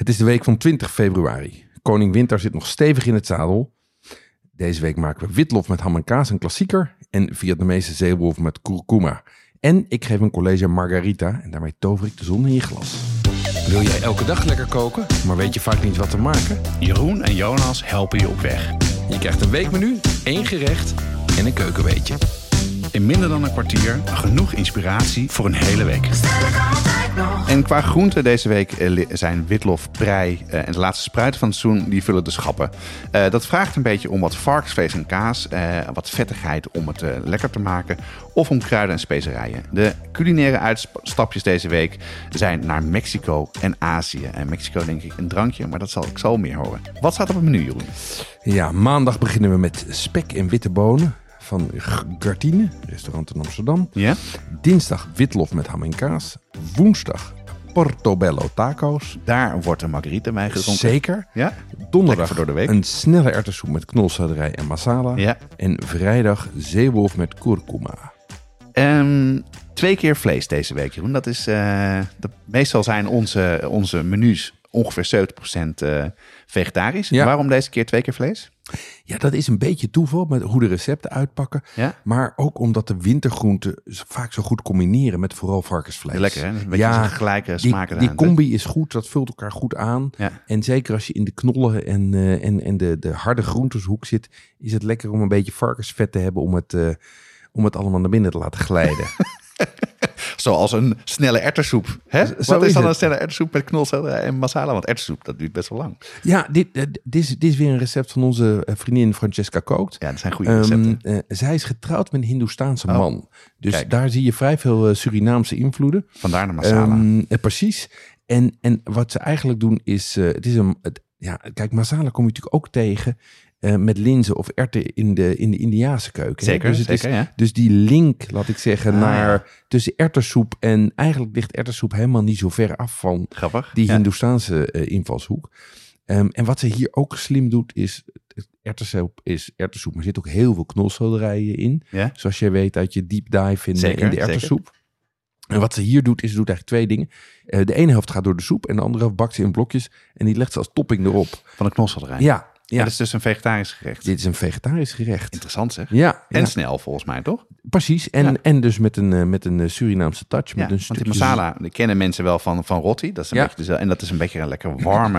Het is de week van 20 februari. Koning Winter zit nog stevig in het zadel. Deze week maken we witlof met ham en kaas, een klassieker. En Vietnamese zeewolf met kurkuma. En ik geef een college aan margarita en daarmee tover ik de zon in je glas. Wil jij elke dag lekker koken, maar weet je vaak niet wat te maken? Jeroen en Jonas helpen je op weg. Je krijgt een weekmenu, 1 gerecht en een keukenweetje. In minder dan een kwartier genoeg inspiratie voor een hele week. En qua groenten deze week zijn witlof, prei en de laatste spruiten van het seizoen, die vullen de schappen. Dat vraagt een beetje om wat varkensvlees en kaas, wat vettigheid om het lekker te maken of om kruiden en specerijen. De culinaire uitstapjes deze week zijn naar Mexico en Azië. En Mexico denk ik een drankje, maar ik zal meer horen. Wat staat op het menu, Jeroen? Ja, maandag beginnen we met spek en witte bonen van Gartine, restaurant in Amsterdam. Ja? Dinsdag witlof met ham en kaas. Woensdag portobello taco's. Daar wordt een margarita bij gedronken. Zeker. Ja? Donderdag door de week. een snelle erwtensoep met knolselderij en masala. Ja. En vrijdag zeewolf met kurkuma. 2 keer vlees deze week, Jeroen. Dat is, meestal zijn onze menus ongeveer 70% vegetarisch. Ja. Waarom deze keer 2 keer vlees? Ja, dat is een beetje toeval met hoe de recepten uitpakken. Ja? Maar ook omdat de wintergroenten vaak zo goed combineren met vooral varkensvlees. Lekker, hè? Een beetje zo'n gelijke smaken. Die combi is goed, dat vult elkaar goed aan. Ja. En zeker als je in de knollen en de harde groenteshoek zit, is het lekker om een beetje varkensvet te hebben om het allemaal naar binnen te laten glijden. Zoals een snelle erwtensoep. Hè? Wat is dan een snelle erwtensoep met knolselderij en masala? Want erwtensoep, dat duurt best wel lang. Ja, dit is weer een recept van onze vriendin Francesca Kookt. Ja, dat zijn goede recepten. Zij is getrouwd met een Hindoestaanse man. Dus kijk. daar zie je vrij veel Surinaamse invloeden. Vandaar de masala. Precies. En wat ze eigenlijk doen is... kijk, masala kom je natuurlijk ook tegen met linzen of erwten in de Indiase keuken. Zeker, Dus, zeker, ja. Dus die link, laat ik zeggen, tussen erwtensoep en eigenlijk ligt erwtensoep helemaal niet zo ver af van Grappig. die Ja. Hindoestaanse invalshoek. En wat ze hier ook slim doet is, erwtensoep is erwtensoep, maar er zit ook heel veel knolselderijen in. Ja? Zoals jij weet uit je deep dive in Zeker, de erwtensoep. En wat ze hier doet, eigenlijk 2 dingen. De ene helft gaat door de soep en de andere helft bakt ze in blokjes. En die legt ze als topping erop. Van de knolselderij. Ja. Dat is dus een vegetarisch gerecht. Dit is een vegetarisch gerecht. Interessant zeg. Ja. En snel volgens mij, toch? Precies. En dus met een Surinaamse touch. Ja, met een want stukje die masala, die kennen mensen wel van rotti. Dat is een beetje en dat is een beetje een lekker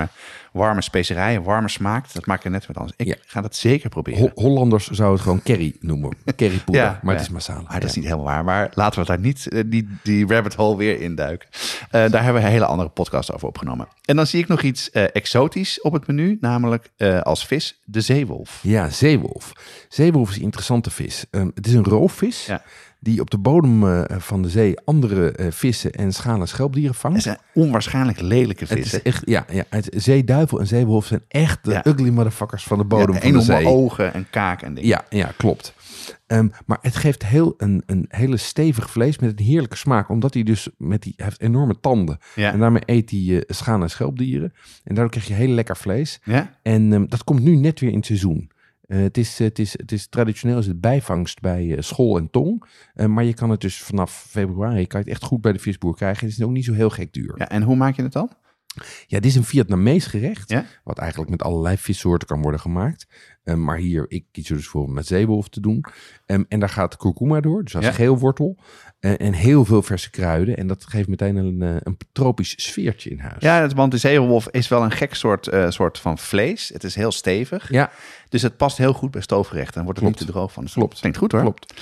warme specerijen, warme smaak. Dat maak je net wat anders. Ik ga dat zeker proberen. Hollanders zouden het gewoon curry noemen. Currypoeder, maar het is masala. Maar dat is niet helemaal waar. Maar laten we daar niet die rabbit hole weer induiken. Daar hebben we een hele andere podcast over opgenomen. En dan zie ik nog iets exotisch op het menu. Namelijk als vis de zeewolf. Ja, zeewolf. Zeewolf is een interessante vis. Het is een roofvis die op de bodem van de zee andere vissen en schaal- en schelpdieren vangt. Het is een onwaarschijnlijk lelijke vis. Het is echt, het zeeduivel en zeewolf zijn echt de ugly motherfuckers van de bodem van de zee. Enorme ogen en kaak en dingen. Ja, klopt. Maar het geeft een hele stevig vlees met een heerlijke smaak. Omdat hij dus hij heeft enorme tanden. Ja. En daarmee eet hij schaal- en schelpdieren. En daardoor krijg je heel lekker vlees. Ja? En dat komt nu net weer in het seizoen. Het is traditioneel is het bijvangst bij schol en tong. Maar je kan het dus vanaf februari kan je het echt goed bij de visboer krijgen. Het is ook niet zo heel gek duur. Ja, en hoe maak je het dan? Ja, dit is een Vietnamees gerecht. Ja? Wat eigenlijk met allerlei vissoorten kan worden gemaakt. Maar hier, ik kies er dus voor om met zeewolf te doen. En daar gaat kurkuma door, dus als geelwortel. En heel veel verse kruiden. En dat geeft meteen een tropisch sfeertje in huis. Ja, want de zeewolf is wel een gek soort van vlees. Het is heel stevig. Ja. Dus het past heel goed bij stoofgerechten. Dan wordt het niet te droog van. Dus Klopt. Klinkt goed hoor. Klopt.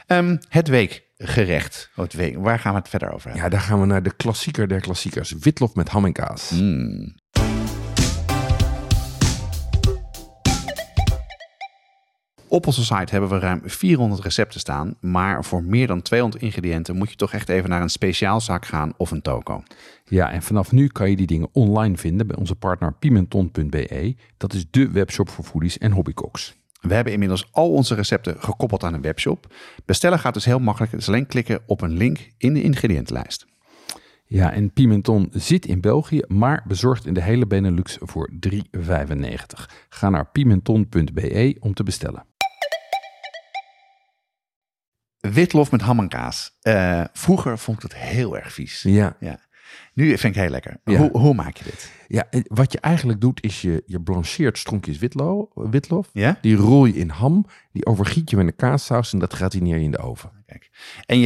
Het weekgerecht. Waar gaan we het verder over hebben? Ja, daar gaan we naar de klassieker der klassiekers. Witlof met ham en kaas. Op onze site hebben we ruim 400 recepten staan. Maar voor meer dan 200 ingrediënten moet je toch echt even naar een speciaalzaak gaan of een toko. Ja, en vanaf nu kan je die dingen online vinden bij onze partner Pimenton.be. Dat is dé webshop voor foodies en hobbycooks. We hebben inmiddels al onze recepten gekoppeld aan een webshop. Bestellen gaat dus heel makkelijk. Het is alleen klikken op een link in de ingrediëntenlijst. Ja, en Pimenton zit in België, maar bezorgt in de hele Benelux voor €3,95. Ga naar pimenton.be om te bestellen. Witlof met ham en kaas. Vroeger vond ik dat heel erg vies. Ja. Nu vind ik heel lekker. Ja. Hoe maak je dit? Ja, wat je eigenlijk doet is je blancheert stronkjes witlof. Ja? Die rol je in ham. Die overgiet je met een kaassaus en dat gratineer je in de oven. Kijk. En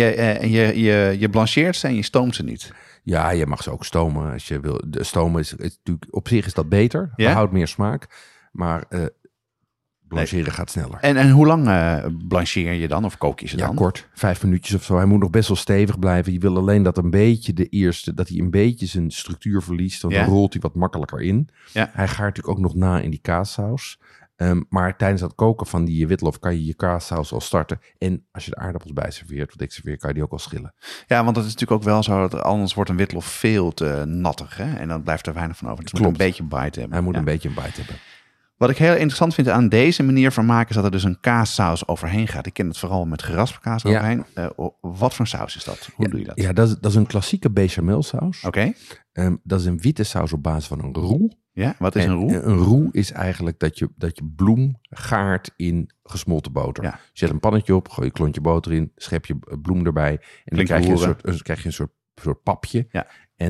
je blancheert ze en je stoomt ze niet. Ja, je mag ze ook stomen als je wil. De stomen is natuurlijk, op zich is dat beter. Ja? Houdt meer smaak. Maar blancheren gaat sneller. En hoe lang blancheer je dan? Of kook je ze Ja, dan? kort. 5 minuutjes of zo. Hij moet nog best wel stevig blijven. Je wil alleen dat een beetje dat hij een beetje zijn structuur verliest. Want Ja. dan rolt hij wat makkelijker in. Ja. Hij gaart natuurlijk ook nog na in die kaassaus. Maar tijdens het koken van die witlof kan je kaassaus al starten. En als je de aardappels bij serveert, wat ik serveer, kan je die ook al schillen. Ja, want dat is natuurlijk ook wel zo. Dat anders wordt een witlof veel te nattig. Hè? En dan blijft er weinig van over. Het moet Klopt. een beetje bite hebben. Hij moet Ja. een beetje een bite hebben. Wat ik heel interessant vind aan deze manier van maken... is dat er dus een kaassaus overheen gaat. Ik ken het vooral met geraspte kaas Ja. overheen. Wat voor saus is dat? Hoe doe je dat? Ja, dat is een klassieke bechamelsaus. Oké. Dat is een witte saus op basis van een roux. Ja, wat is een roux? Een roux is eigenlijk dat je bloem gaart in gesmolten boter. Ja. Je zet een pannetje op, gooi je klontje boter in, schep je bloem erbij. En dan krijg je een soort papje. Ja.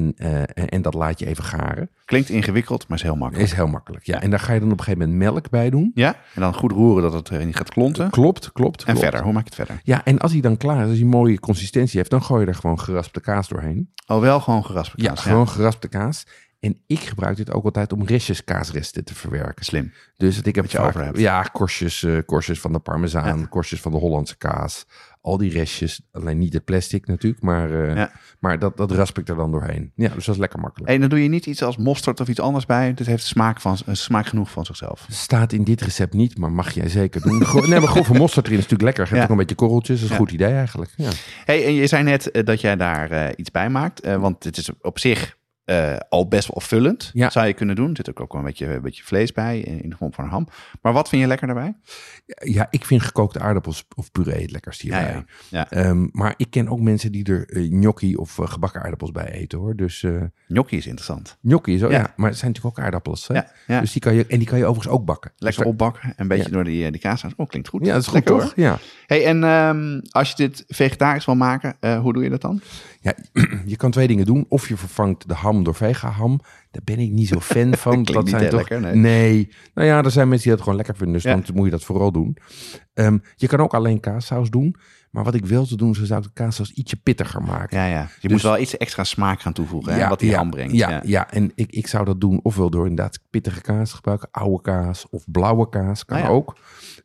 En dat laat je even garen. Klinkt ingewikkeld, maar is heel makkelijk. Is heel makkelijk. Ja. En daar ga je dan op een gegeven moment melk bij doen. Ja, en dan goed roeren dat het niet gaat klonten. Klopt. En verder, hoe maak je het verder? Ja, en als hij dan klaar is, als hij een mooie consistentie heeft, dan gooi je er gewoon geraspte kaas doorheen. Oh, wel gewoon geraspte Ja, kaas. gewoon geraspte kaas. En ik gebruik dit ook altijd om restjes kaasresten te verwerken. Slim. Dus dat ik heb Wat je vaak, over hebt. ja, korstjes van de parmezaan, Ja. korstjes van de Hollandse kaas. Al die restjes, alleen niet het plastic natuurlijk, maar dat rasp ik er dan doorheen. Ja, dus dat is lekker makkelijk. En dan doe je niet iets als mosterd of iets anders bij. Dit heeft smaak genoeg van zichzelf. Staat in dit recept niet, maar mag jij zeker doen. Maar grove mosterd erin is natuurlijk lekker. Geeft Ja. ook een beetje korreltjes, dat is een Ja. goed idee eigenlijk. Ja. Hey, en je zei net dat jij daar iets bij maakt. Want het is op zich al best wel vullend. Ja. Zou je kunnen doen. Er zit ook wel een beetje vlees bij in de vorm van een ham. Maar wat vind je lekker daarbij? Ja, ik vind gekookte aardappels of puree het lekkerst hierbij. Ja. Maar ik ken ook mensen die er gnocchi of gebakken aardappels bij eten hoor. Dus Gnocchi is interessant. gnocchi is ook, Ja. ja, maar het zijn natuurlijk ook aardappels. Hè? Ja. Dus die kan je overigens ook bakken. Lekker Dus opbakken. Een beetje Ja. door die kaas. Oh, klinkt goed. ja, dat is goed Lekker, toch? hoor. Ja. Hey, en als je dit vegetarisch wil maken, hoe doe je dat dan? Ja, je kan 2 dingen doen. Of je vervangt de ham door vega-ham. Daar ben ik niet zo fan van. Klinkt niet zijn heel toch lekker, nee. Nou ja, er zijn mensen die dat gewoon lekker vinden. Dus Ja. dan moet je dat vooral doen. Je kan ook alleen kaassaus doen. Maar wat ik wel te doen, zou ik de kaassaus ietsje pittiger maken. Ja. Je Dus- moet wel iets extra smaak gaan toevoegen. Hè, wat die ham brengt. Ja, en ik zou dat doen ofwel door inderdaad pittige kaas te gebruiken. Oude kaas of blauwe kaas. Kan Ah, ja. ook.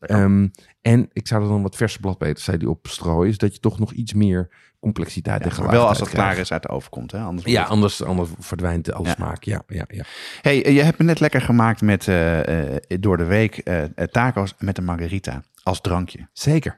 En ik zou er dan wat verse bladpeterselie op strooien. Zodat je toch nog iets meer complexiteit en Maar gelaagdheid wel als het krijgt. klaar is uit de oven komt. Hè? Anders Ja, wordt anders verdwijnt alle Ja. smaak. Ja. Hey, je hebt me net lekker gemaakt met door de week taco's met een margarita als drankje. Zeker.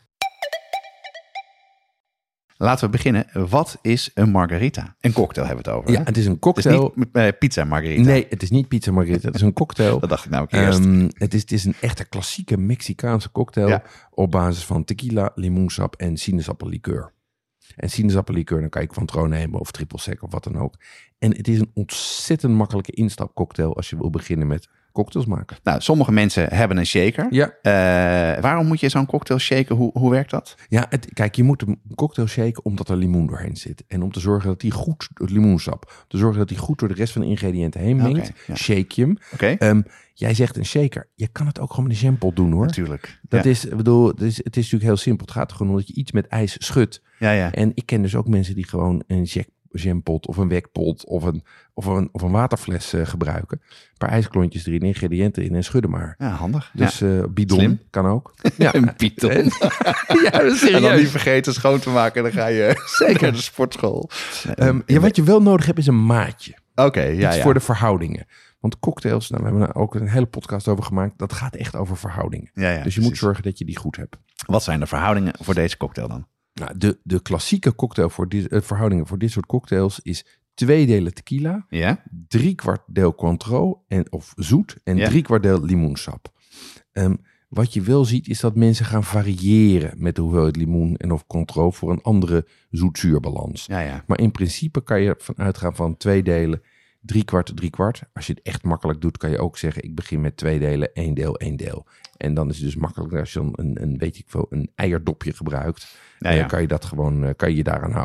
Laten we beginnen. Wat is een margarita? Een cocktail hebben we het over. Ja, hè? het is een Het cocktail. is niet pizza margarita. Nee, het is niet pizza margarita. Het is een cocktail. Dat dacht ik namelijk eerst. Het is een echte klassieke Mexicaanse cocktail Ja. op basis van tequila, limoensap en sinaasappellikeur. En sinaasappellikeur, dan kan je Cointreau nemen of triple sec of wat dan ook. En het is een ontzettend makkelijke instapcocktail als je wil beginnen met cocktails maken. Nou, sommige mensen hebben een shaker. Ja, Waarom moet je zo'n cocktail shaken? Hoe werkt dat? ja kijk, je moet een cocktail shaken omdat er limoen doorheen zit. En om te zorgen dat die goed, het limoensap, te zorgen dat die goed door de rest van de ingrediënten heen mengt, Oké, ja. shake je hem. Oké, Jij zegt een shaker. Je kan het ook gewoon met een jampot doen hoor. natuurlijk. Dat ja. is, ik bedoel, het is natuurlijk heel simpel. Het gaat er gewoon om dat je iets met ijs schudt. Ja. En ik ken dus ook mensen die gewoon een jampot of een wekpot of een waterfles gebruiken. Een paar ijsklontjes erin, ingrediënten in en schudden maar. Ja, handig. Dus bidon Slim. kan ook. Ja. Een python. Ja, dat is En dan serieus. niet vergeten schoon te maken. Dan ga je zeker naar de sportschool. Wat je wel nodig hebt is een maatje. Oké, ja. Iets voor de verhoudingen. Want cocktails, nou, we hebben er ook een hele podcast over gemaakt. Dat gaat echt over verhoudingen. Ja, Dus je moet zorgen dat je die goed hebt. Wat zijn de verhoudingen voor deze cocktail dan? Nou, de klassieke cocktail verhoudingen voor dit soort cocktails is 2 delen tequila, Ja? 3/4 deel Cointreau of zoet en Ja. 3/4 deel limoensap. Wat je wel ziet is dat mensen gaan variëren met de hoeveelheid limoen en of Cointreau voor een andere zoet-zuurbalans. Ja. Maar in principe kan je van uitgaan van 2 delen, 3/4. Als je het echt makkelijk doet, kan je ook zeggen ik begin met 2 delen, 1 deel, 1 deel. En dan is het dus makkelijker als je dan een eierdopje gebruikt. Ja. Kan je dat gewoon, kan je daaraan houden.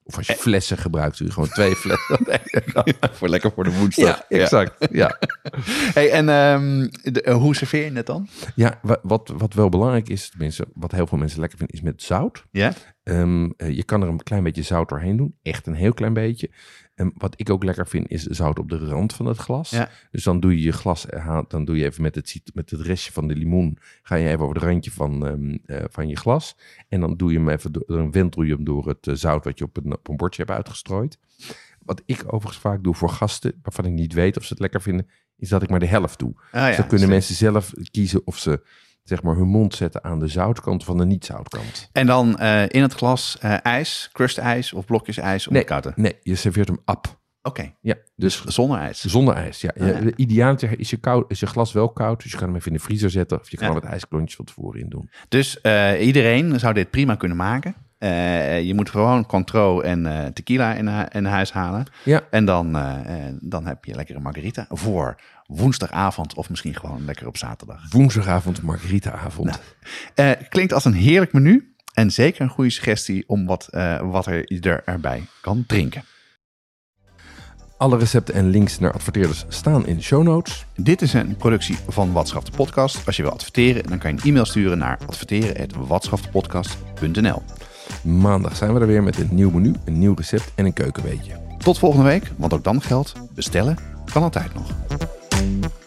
Of als je flessen gebruikt, doe je gewoon 2 flessen. Voor lekker voor de woensdag. Ja, exact. Ja. Hey, en hoe serveer je het dan? Ja, wat wel belangrijk is, tenminste, wat heel veel mensen lekker vinden, is met zout. Ja? Je kan er een klein beetje zout doorheen doen. Echt een heel klein beetje. Wat ik ook lekker vind, is zout op de rand van het glas. Ja. Dus dan doe je je glas, dan doe je even met het restje van de limoen, ga je even over het randje van je glas. En dan doe je hem even, dan wentel je hem door het zout wat je op een bordje hebt uitgestrooid. Wat ik overigens vaak doe voor gasten, waarvan ik niet weet of ze het lekker vinden, is dat ik maar de helft doe. Dus dan kunnen mensen zelf kiezen of ze zeg maar hun mond zetten aan de zoutkant van de niet-zoutkant. En dan in het glas ijs, crust ijs of blokjes ijs om koud te... Nee, je serveert hem ap. Oké. Ja, dus zonder ijs. Zonder ijs, ja. Ideaal is je glas wel koud, dus je kan hem even in de vriezer zetten of je kan er wat ijsklontjes van tevoren in doen. Dus iedereen zou dit prima kunnen maken. Je moet gewoon Cointreau en tequila in huis halen. Ja. En dan heb je lekkere margarita voor woensdagavond of misschien gewoon lekker op zaterdag. Woensdagavond, margaritaavond. Klinkt als een heerlijk menu en zeker een goede suggestie om wat er erbij kan drinken. Alle recepten en links naar adverteerders staan in de show notes. Dit is een productie van Watschaf de Podcast. Als je wil adverteren, dan kan je een e-mail sturen naar adverteren@watschaftepodcast.nl. Maandag zijn we er weer met een nieuw menu, een nieuw recept en een keukenweetje. Tot volgende week, want ook dan geldt, bestellen kan altijd nog.